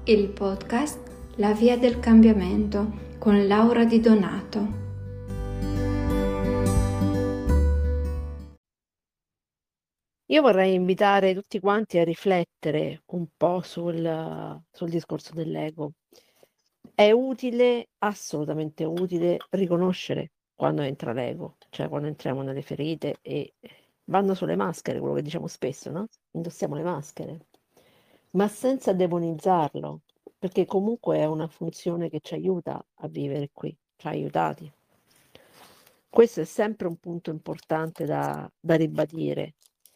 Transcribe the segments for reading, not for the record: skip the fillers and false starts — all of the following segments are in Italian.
il podcast La Via del Cambiamento con Laura Di Donato. Io vorrei invitare tutti quanti a riflettere un po' sul discorso dell'ego. È utile, assolutamente utile, riconoscere quando entra l'ego, cioè quando entriamo nelle ferite e vanno sulle maschere, quello che diciamo spesso, no? Indossiamo le maschere, ma senza demonizzarlo, perché comunque è una funzione che ci aiuta a vivere qui, ci ha aiutati. Questo è sempre un punto importante da ribadire.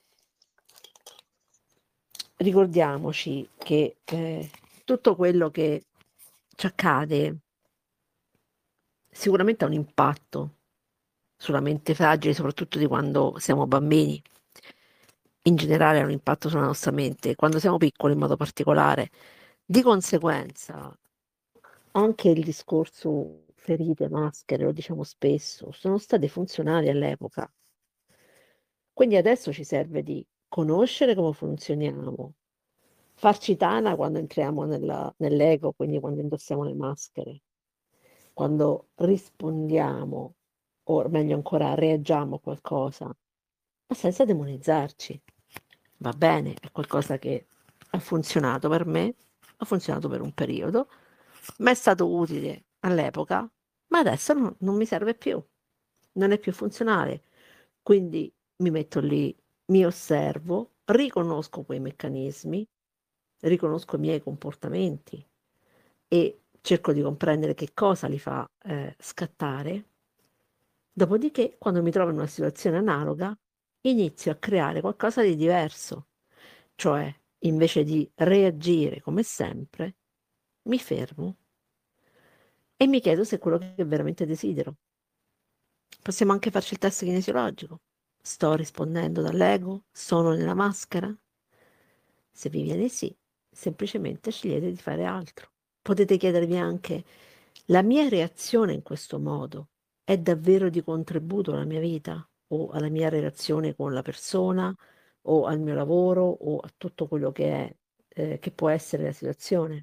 Ricordiamoci che tutto quello che ci accade sicuramente ha un impatto sulla mente fragile, soprattutto di quando siamo bambini. In generale ha un impatto sulla nostra mente, quando siamo piccoli in modo particolare. Di conseguenza, anche il discorso ferite, maschere, lo diciamo spesso, sono state funzionali all'epoca. Quindi adesso ci serve di conoscere come funzioniamo, farci tana quando entriamo nell'ego, quindi quando indossiamo le maschere, quando rispondiamo, o meglio ancora reagiamo a qualcosa, ma senza demonizzarci. Va bene, è qualcosa che ha funzionato per me, ha funzionato per un periodo, ma è stato utile all'epoca, ma adesso non mi serve più, non è più funzionale. Quindi mi metto lì, mi osservo, riconosco quei meccanismi, riconosco i miei comportamenti e cerco di comprendere che cosa li fa scattare. Dopodiché, quando mi trovo in una situazione analoga, inizio a creare qualcosa di diverso, cioè invece di reagire come sempre, mi fermo e mi chiedo se è quello che veramente desidero. Possiamo anche farci il test kinesiologico. Sto rispondendo dall'ego? Sono nella maschera? Se vi viene sì, semplicemente scegliete di fare altro. Potete chiedervi anche, la mia reazione in questo modo è davvero di contributo alla mia vita o alla mia relazione con la persona o al mio lavoro o a tutto quello che è, che può essere la situazione?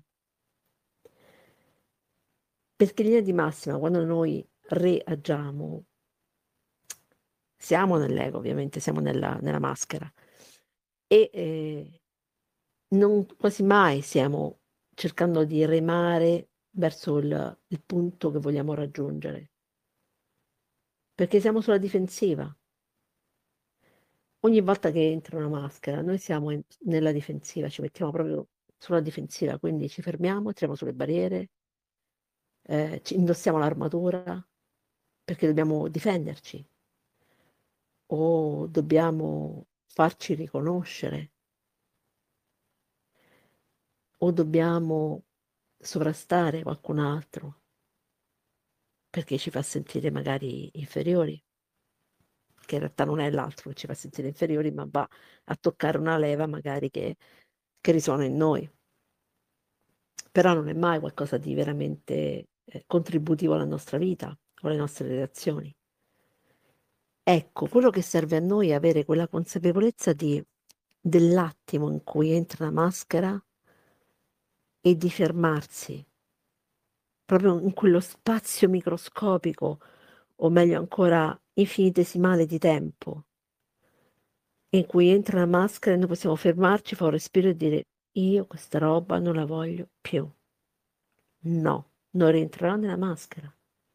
Perché in linea di massima, quando noi reagiamo, siamo nell'ego, ovviamente, siamo nella maschera e non quasi mai stiamo cercando di remare verso il punto che vogliamo raggiungere, perché siamo sulla difensiva. Ogni volta che entra una maschera, noi siamo nella difensiva, ci mettiamo proprio sulla difensiva, quindi ci fermiamo, tiriamo sulle barriere, ci indossiamo l'armatura perché dobbiamo difenderci o dobbiamo farci riconoscere o dobbiamo sovrastare qualcun altro perché ci fa sentire magari inferiori, che in realtà non è l'altro che ci fa sentire inferiori, ma va a toccare una leva magari che risuona in noi. Però non è mai qualcosa di veramente contributivo alla nostra vita o alle nostre relazioni. Ecco, quello che serve a noi è avere quella consapevolezza dell'attimo in cui entra la maschera e di fermarsi, proprio in quello spazio microscopico, o meglio ancora infinitesimale di tempo, in cui entra la maschera e noi possiamo fermarci, fare un respiro e dire: io questa roba non la voglio più. No, non rientrerò nella maschera.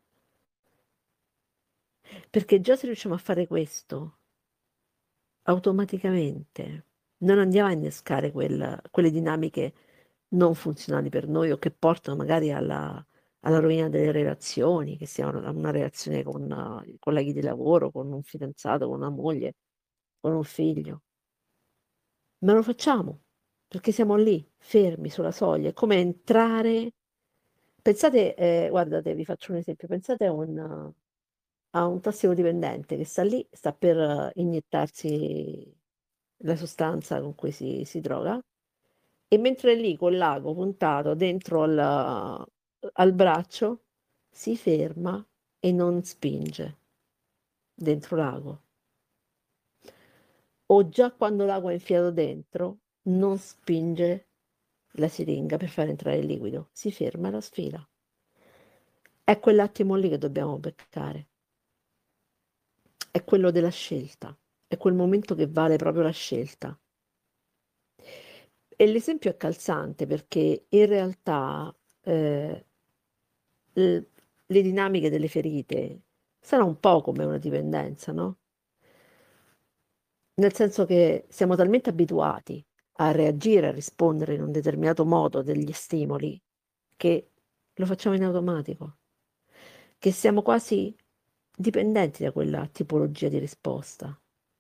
Perché già se riusciamo a fare questo, automaticamente non andiamo a innescare quelle dinamiche non funzionali per noi o che portano magari alla rovina delle relazioni, che sia una relazione con i colleghi di lavoro, con un fidanzato, con una moglie, con un figlio. Ma lo facciamo perché siamo lì, fermi sulla soglia. È come entrare. Pensate, guardate, vi faccio un esempio. Pensate a un tossicodipendente che sta lì, sta per iniettarsi la sostanza con cui si droga, e mentre è lì col lago puntato dentro al braccio, si ferma e non spinge dentro l'ago. O già quando l'ago è infilato dentro, non spinge la siringa per far entrare il liquido, si ferma e la sfila. È quell'attimo lì che dobbiamo beccare, è quello della scelta, è quel momento che vale proprio la scelta. E l'esempio è calzante perché in realtà l- le dinamiche delle ferite sono un po' come una dipendenza, no? Nel senso che siamo talmente abituati a reagire, a rispondere in un determinato modo a degli stimoli che lo facciamo in automatico, che siamo quasi dipendenti da quella tipologia di risposta,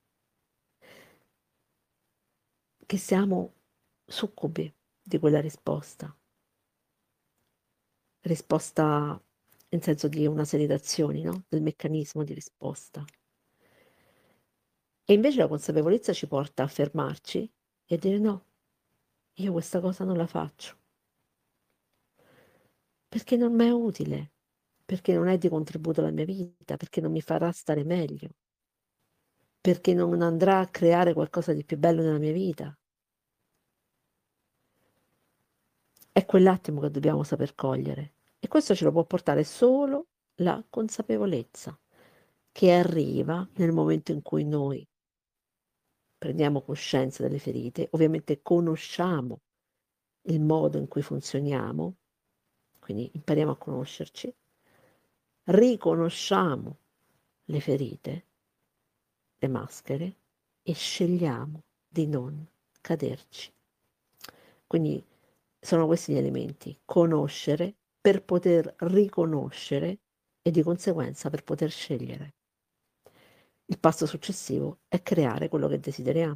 che siamo succubi di quella risposta in senso di una serie di azioni, no? Del meccanismo di risposta. E invece la consapevolezza ci porta a fermarci e a dire no, io questa cosa non la faccio, perché non mi è utile, perché non è di contributo alla mia vita, perché non mi farà stare meglio, perché non andrà a creare qualcosa di più bello nella mia vita. È quell'attimo che dobbiamo saper cogliere e questo ce lo può portare solo la consapevolezza che arriva nel momento in cui noi prendiamo coscienza delle ferite, ovviamente conosciamo il modo in cui funzioniamo, quindi impariamo a conoscerci, riconosciamo le ferite, le maschere e scegliamo di non caderci. Quindi sono questi gli elementi: conoscere per poter riconoscere e di conseguenza per poter scegliere. Il passo successivo è creare quello che desideriamo.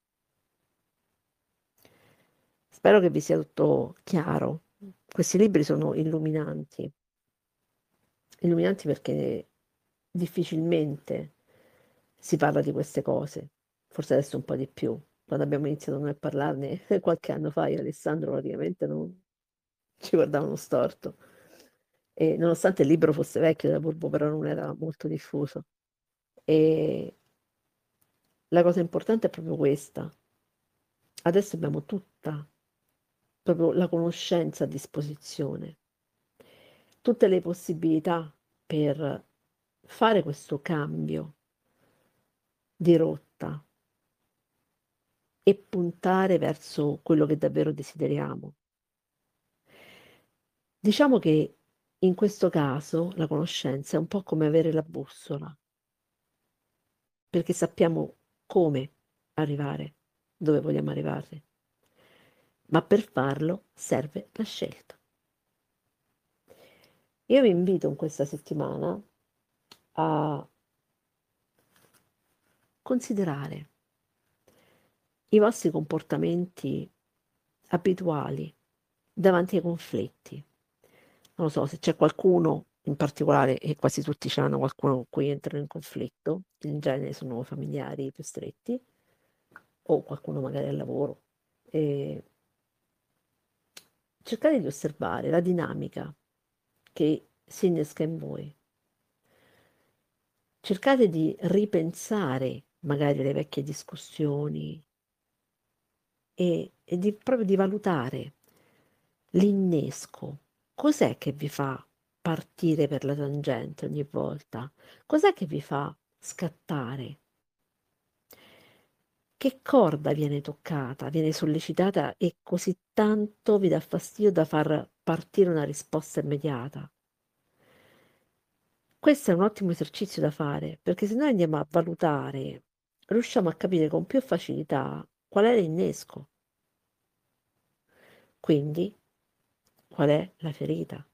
Spero che vi sia tutto chiaro. Questi libri sono illuminanti, illuminanti perché difficilmente si parla di queste cose, forse adesso un po' di più. Quando abbiamo iniziato noi a parlarne qualche anno fa, io e Alessandro praticamente non ci guardavano storto. E nonostante il libro fosse vecchio da Burbo, però non era molto diffuso. E la cosa importante è proprio questa. Adesso abbiamo tutta, proprio la conoscenza a disposizione, tutte le possibilità per fare questo cambio di rotta e puntare verso quello che davvero desideriamo. Diciamo che in questo caso la conoscenza è un po' come avere la bussola, perché sappiamo come arrivare dove vogliamo arrivare, ma per farlo serve la scelta. Io vi invito in questa settimana a considerare i vostri comportamenti abituali davanti ai conflitti. Non lo so, se c'è qualcuno in particolare, e quasi tutti ce l'hanno qualcuno con cui entrano in conflitto, in genere sono familiari più stretti, o qualcuno magari al lavoro. E cercate di osservare la dinamica che si innesca in voi. Cercate di ripensare magari le vecchie discussioni e proprio di valutare l'innesco. Cos'è che vi fa partire per la tangente ogni volta? Cos'è che vi fa scattare? Che corda viene toccata, viene sollecitata e così tanto vi dà fastidio da far partire una risposta immediata? Questo è un ottimo esercizio da fare, perché se noi andiamo a valutare, riusciamo a capire con più facilità qual è l'innesco, quindi qual è la ferita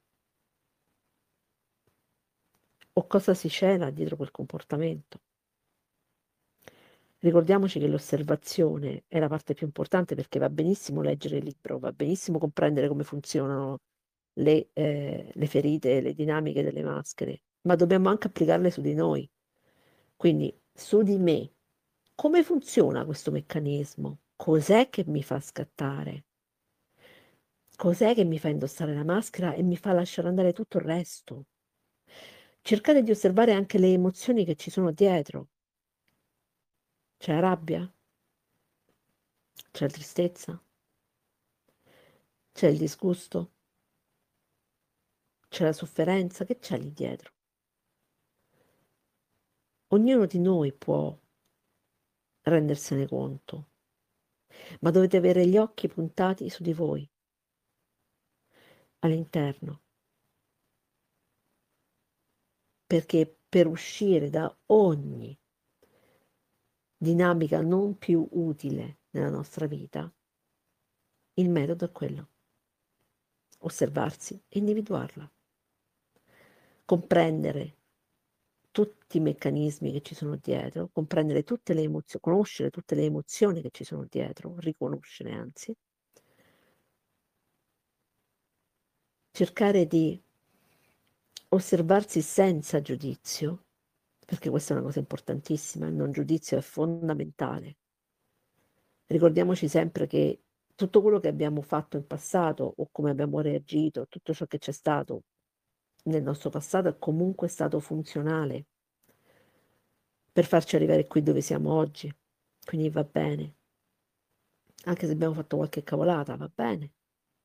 o cosa si cela dietro quel comportamento. Ricordiamoci che l'osservazione è la parte più importante perché va benissimo leggere il libro, va benissimo comprendere come funzionano le ferite, le dinamiche delle maschere, ma dobbiamo anche applicarle su di noi. Quindi su di me, come funziona questo meccanismo? Cos'è che mi fa scattare? Cos'è che mi fa indossare la maschera e mi fa lasciare andare tutto il resto? Cercate di osservare anche le emozioni che ci sono dietro. C'è la rabbia? C'è la tristezza? C'è il disgusto? C'è la sofferenza? Che c'è lì dietro? Ognuno di noi può rendersene conto, ma dovete avere gli occhi puntati su di voi, all'interno, perché per uscire da ogni dinamica non più utile nella nostra vita, il metodo è quello: osservarsi e individuarla, comprendere tutti i meccanismi che ci sono dietro, comprendere tutte le emozioni, conoscere tutte le emozioni che ci sono dietro, riconoscere anzi, cercare di osservarsi senza giudizio, perché questa è una cosa importantissima, il non giudizio è fondamentale. Ricordiamoci sempre che tutto quello che abbiamo fatto in passato o come abbiamo reagito, tutto ciò che c'è stato nel nostro passato è comunque stato funzionale per farci arrivare qui dove siamo oggi. Quindi va bene. Anche se abbiamo fatto qualche cavolata, va bene.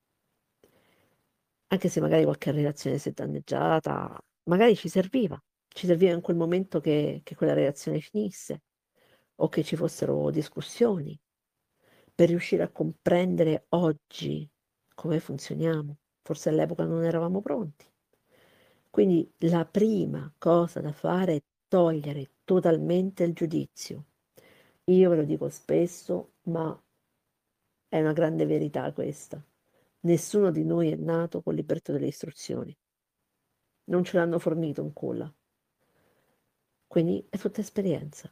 Anche se magari qualche relazione si è danneggiata, magari ci serviva in quel momento che quella relazione finisse o che ci fossero discussioni per riuscire a comprendere oggi come funzioniamo. Forse all'epoca non eravamo pronti. Quindi la prima cosa da fare è togliere totalmente il giudizio. Io ve lo dico spesso, ma è una grande verità questa. Nessuno di noi è nato con il libretto delle istruzioni. Non ce l'hanno fornito in culla. Quindi è tutta esperienza.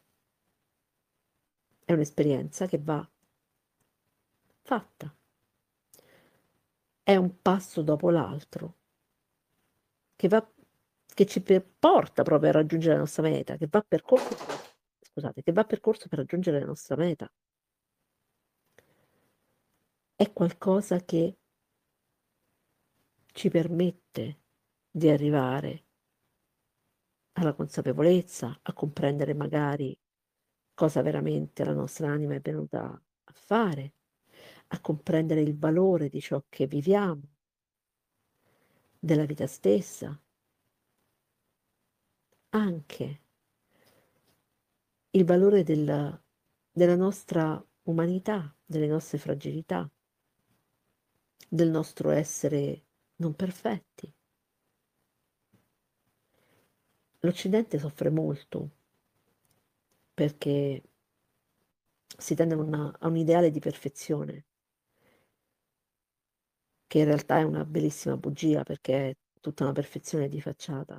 È un'esperienza che va fatta. È un passo dopo l'altro che va, che porta proprio a raggiungere la nostra meta, che va percorso, scusate, che va percorso per raggiungere la nostra meta. È qualcosa che ci permette di arrivare alla consapevolezza, a comprendere magari cosa veramente la nostra anima è venuta a fare, a comprendere il valore di ciò che viviamo, della vita stessa, anche il valore della nostra umanità, delle nostre fragilità, del nostro essere non perfetti. L'Occidente soffre molto perché si tende a un ideale di perfezione, che in realtà è una bellissima bugia perché è tutta una perfezione di facciata.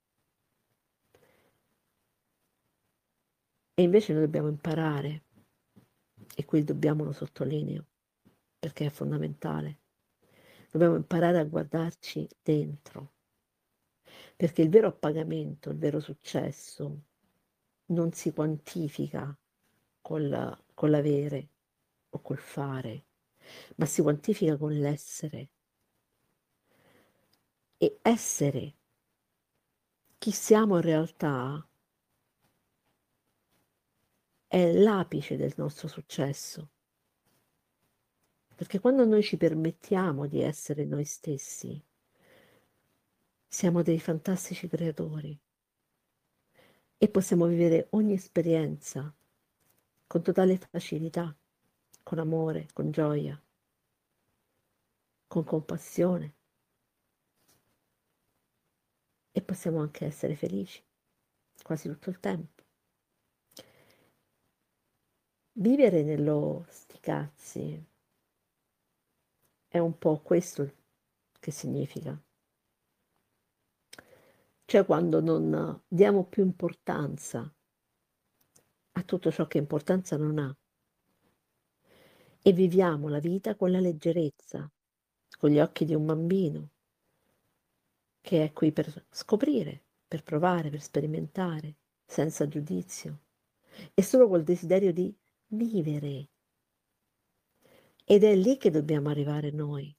E invece noi dobbiamo imparare, e qui il dobbiamo lo sottolineo, perché è fondamentale, dobbiamo imparare a guardarci dentro, perché il vero appagamento, il vero successo non si quantifica con l'avere o col fare, ma si quantifica con l'essere. E essere chi siamo in realtà è l'apice del nostro successo, perché quando noi ci permettiamo di essere noi stessi, siamo dei fantastici creatori e possiamo vivere ogni esperienza con totale facilità, con amore, con gioia, con compassione e possiamo anche essere felici quasi tutto il tempo. Vivere nello sti cazzi è un po' questo che significa. Cioè quando non diamo più importanza a tutto ciò che importanza non ha e viviamo la vita con la leggerezza, con gli occhi di un bambino che è qui per scoprire, per provare, per sperimentare, senza giudizio e solo col desiderio di vivere. Ed è lì che dobbiamo arrivare noi,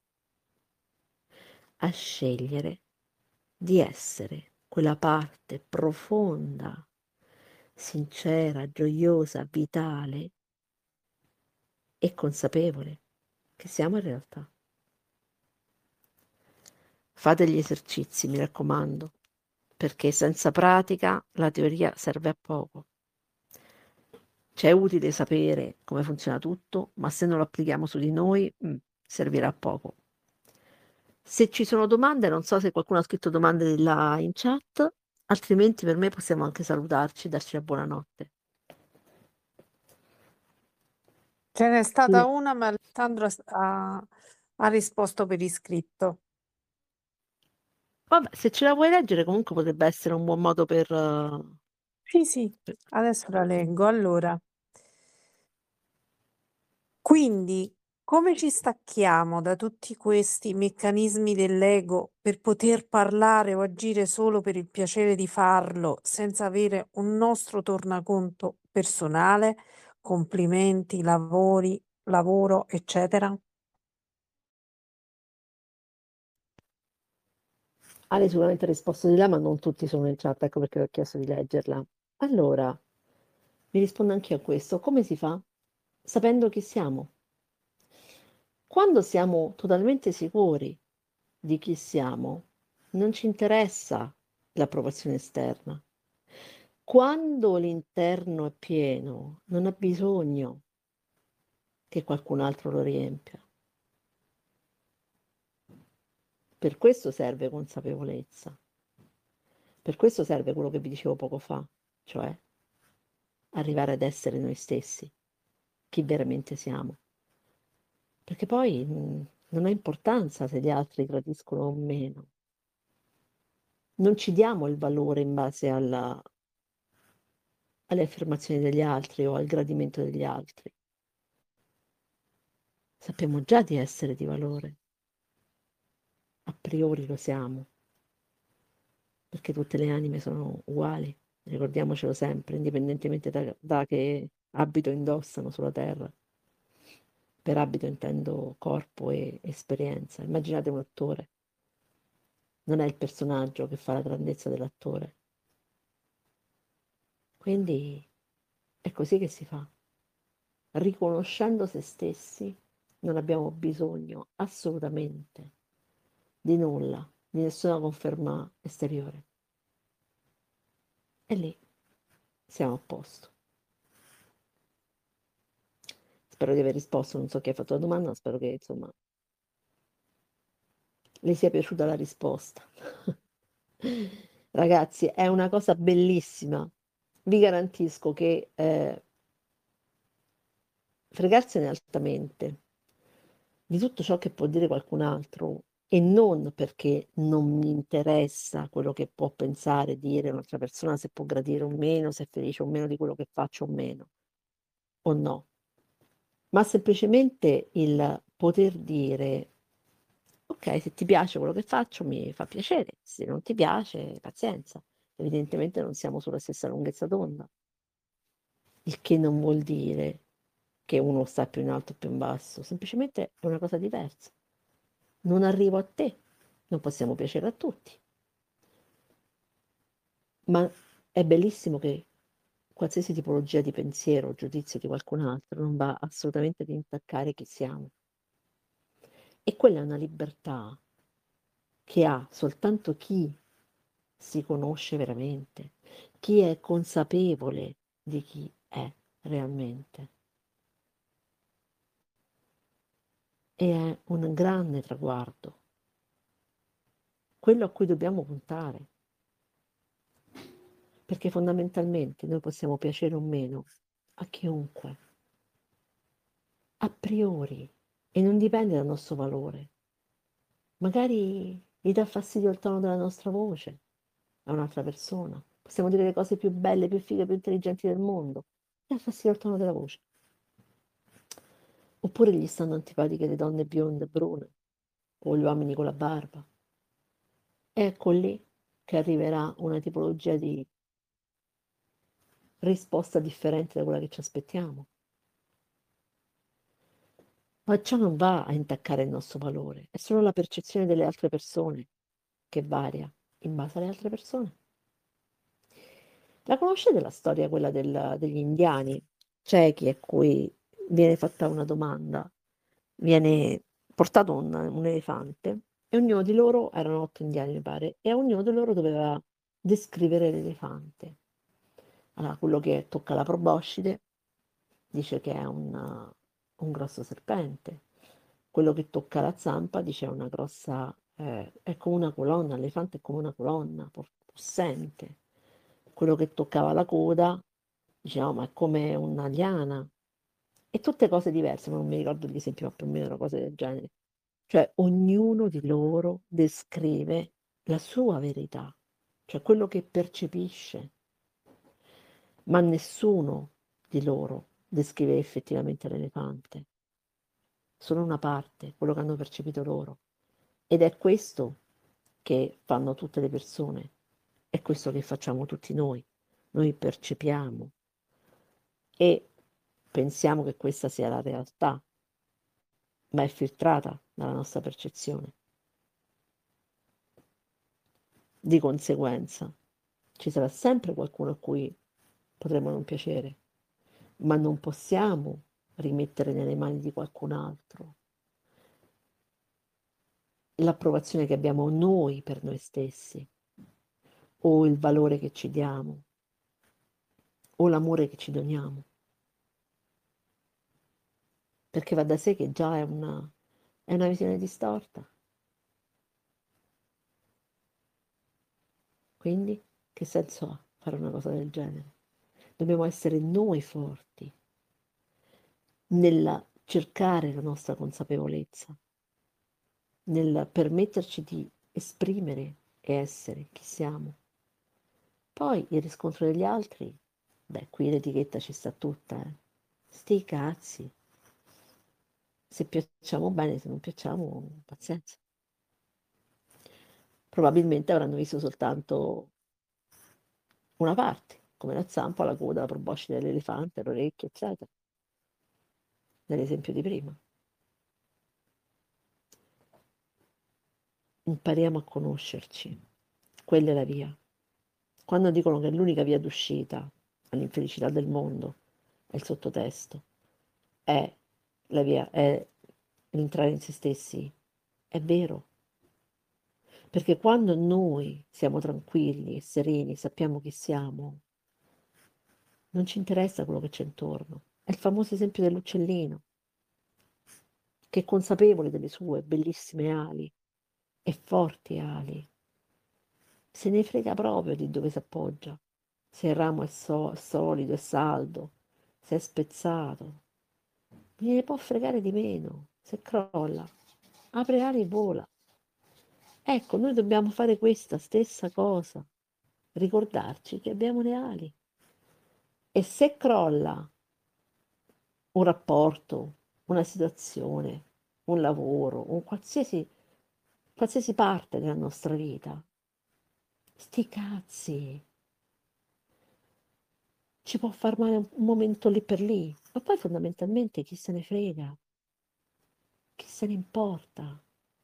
a scegliere di essere quella parte profonda, sincera, gioiosa, vitale e consapevole che siamo in realtà. Fate gli esercizi, mi raccomando, perché senza pratica la teoria serve a poco. Cioè è utile sapere come funziona tutto, ma se non lo applichiamo su di noi, servirà a poco. Se ci sono domande, non so se qualcuno ha scritto domande di là in chat, altrimenti per me possiamo anche salutarci e darci la buonanotte. Ce n'è Sì. stata una, ma Alessandro ha risposto per iscritto. Vabbè, se ce la vuoi leggere, comunque potrebbe essere un buon modo per... Sì, adesso la leggo. Allora, quindi come ci stacchiamo da tutti questi meccanismi dell'ego per poter parlare o agire solo per il piacere di farlo senza avere un nostro tornaconto personale, complimenti, lavoro, eccetera? Ale sicuramente ha risposto di là, ma non tutti sono in chat, ecco perché ho chiesto di leggerla. Allora, mi rispondo anche a questo. Come si fa? Sapendo chi siamo. Quando siamo totalmente sicuri di chi siamo, non ci interessa l'approvazione esterna. Quando l'interno è pieno, non ha bisogno che qualcun altro lo riempia. Per questo serve consapevolezza. Per questo serve quello che vi dicevo poco fa, cioè arrivare ad essere noi stessi, chi veramente siamo. Perché poi non ha importanza se gli altri gradiscono o meno. Non ci diamo il valore in base alle affermazioni degli altri o al gradimento degli altri. Sappiamo già di essere di valore. A priori lo siamo, perché tutte le anime sono uguali, ricordiamocelo sempre, indipendentemente da che abito indossano sulla Terra. Per abito intendo corpo e esperienza. Immaginate un attore. Non è il personaggio che fa la grandezza dell'attore. Quindi è così che si fa. Riconoscendo se stessi non abbiamo bisogno assolutamente di nulla, di nessuna conferma esteriore. E lì siamo a posto. Spero di aver risposto, non so chi ha fatto la domanda, ma spero che insomma le sia piaciuta la risposta. Ragazzi, è una cosa bellissima. Vi garantisco che fregarsene altamente di tutto ciò che può dire qualcun altro e non perché non mi interessa quello che può pensare, dire un'altra persona, se può gradire o meno, se è felice o meno di quello che faccio o meno, o no, ma semplicemente il poter dire, ok, se ti piace quello che faccio mi fa piacere, se non ti piace, pazienza, evidentemente non siamo sulla stessa lunghezza d'onda, il che non vuol dire che uno sta più in alto o più in basso, semplicemente è una cosa diversa. Non arrivo a te, non possiamo piacere a tutti, ma è bellissimo che qualsiasi tipologia di pensiero o giudizio di qualcun altro non va assolutamente ad intaccare chi siamo. E quella è una libertà che ha soltanto chi si conosce veramente, chi è consapevole di chi è realmente. E è un grande traguardo, quello a cui dobbiamo puntare, perché fondamentalmente noi possiamo piacere o meno a chiunque, a priori, e non dipende dal nostro valore. Magari gli dà fastidio il tono della nostra voce a un'altra persona. Possiamo dire le cose più belle, più fighe, più intelligenti del mondo. Gli dà fastidio il tono della voce. Oppure gli stanno antipatiche le donne bionde e brune o gli uomini con la barba. Ecco lì che arriverà una tipologia di risposta differente da quella che ci aspettiamo. Ma ciò non va a intaccare il nostro valore, è solo la percezione delle altre persone che varia in base alle altre persone. La conoscete la storia, quella degli indiani ciechi a cui viene fatta una domanda? Viene portato un elefante e ognuno di loro, erano 8 indiani mi pare, e ognuno di loro doveva descrivere l'elefante. Allora, quello che tocca la proboscide dice che è un grosso serpente, quello che tocca la zampa dice è una grossa, è come una colonna, l'elefante è come una colonna possente. Quello che toccava la coda diceva, ma è come una liana. E tutte cose diverse, ma non mi ricordo gli esempi, ma più o meno una cosa del genere. Cioè, ognuno di loro descrive la sua verità, cioè quello che percepisce, ma nessuno di loro descrive effettivamente l'elefante, solo una parte, quello che hanno percepito loro. Ed è questo che fanno tutte le persone, è questo che facciamo tutti noi. Noi percepiamo e pensiamo che questa sia la realtà, ma è filtrata dalla nostra percezione. Di conseguenza, ci sarà sempre qualcuno a cui potremo non piacere, ma non possiamo rimettere nelle mani di qualcun altro l'approvazione che abbiamo noi per noi stessi, o il valore che ci diamo, o l'amore che ci doniamo, perché va da sé che già è una visione distorta. Quindi, che senso ha fare una cosa del genere? Dobbiamo essere noi forti nel cercare la nostra consapevolezza, nel permetterci di esprimere e essere chi siamo. Poi il riscontro degli altri, beh, qui l'etichetta ci sta tutta, eh. Sti cazzi. Se piacciamo bene, se non piacciamo, pazienza. Probabilmente avranno visto soltanto una parte, come la zampa, la coda, la proboscide dell'elefante, le orecchie, eccetera, nell'esempio di prima. Impariamo a conoscerci, quella è la via. Quando dicono che l'unica via d'uscita all'infelicità del mondo è il sottotesto, è la via, è l'entrare in se stessi, è vero. Perché quando noi siamo tranquilli e sereni, sappiamo chi siamo, non ci interessa quello che c'è intorno. È il famoso esempio dell'uccellino, che è consapevole delle sue bellissime ali e forti ali, se ne frega proprio di dove si appoggia, se il ramo è solido, è saldo, se è spezzato. Gliene può fregare di meno, se crolla, apre ali e vola. Ecco, noi dobbiamo fare questa stessa cosa, ricordarci che abbiamo le ali. E se crolla un rapporto, una situazione, un lavoro, qualsiasi parte della nostra vita, sti cazzi, ci può far male un momento lì per lì, ma poi fondamentalmente chi se ne frega, chi se ne importa,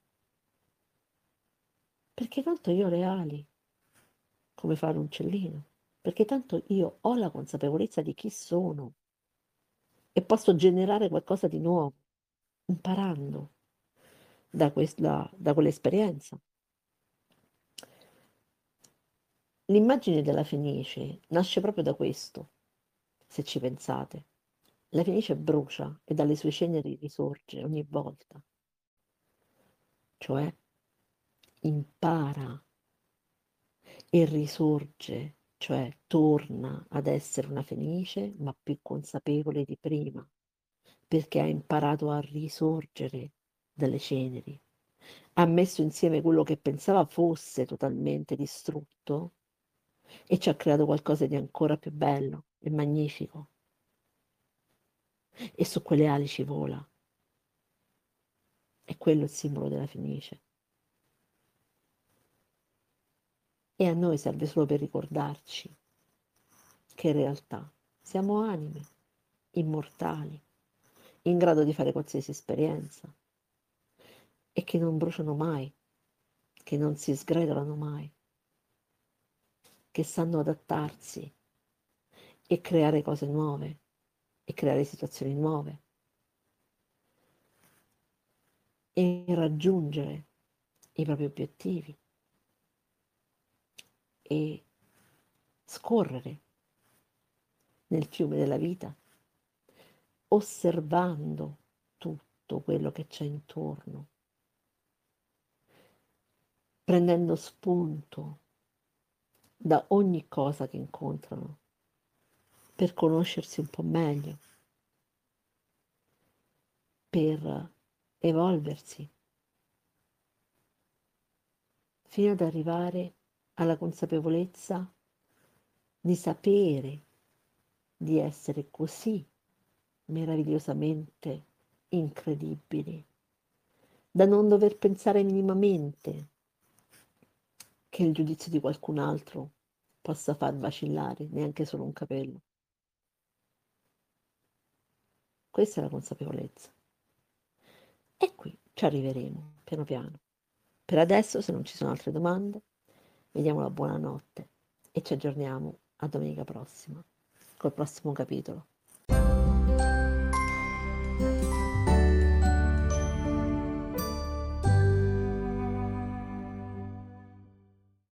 perché tanto io ho le ali, come fa un uccellino, perché tanto io ho la consapevolezza di chi sono e posso generare qualcosa di nuovo, imparando da quell'esperienza. L'immagine della Fenice nasce proprio da questo, se ci pensate. La Fenice brucia e dalle sue ceneri risorge ogni volta, cioè impara e risorge, cioè torna ad essere una Fenice, ma più consapevole di prima, perché ha imparato a risorgere dalle ceneri. Ha messo insieme quello che pensava fosse totalmente distrutto e ci ha creato qualcosa di ancora più bello e magnifico. E su quelle ali ci vola. È quello il simbolo della Fenice. E a noi serve solo per ricordarci che in realtà siamo anime immortali, in grado di fare qualsiasi esperienza e che non bruciano mai, che non si sgretolano mai, che sanno adattarsi e creare cose nuove e creare situazioni nuove e raggiungere i propri obiettivi e scorrere nel fiume della vita, osservando tutto quello che c'è intorno, prendendo spunto da ogni cosa che incontrano per conoscersi un po' meglio, per evolversi, fino ad arrivare alla consapevolezza di sapere di essere così meravigliosamente incredibili, da non dover pensare minimamente che il giudizio di qualcun altro possa far vacillare neanche solo un capello. Questa è la consapevolezza. E qui ci arriveremo, piano piano. Per adesso, se non ci sono altre domande, vediamo la buonanotte e ci aggiorniamo a domenica prossima, col prossimo capitolo.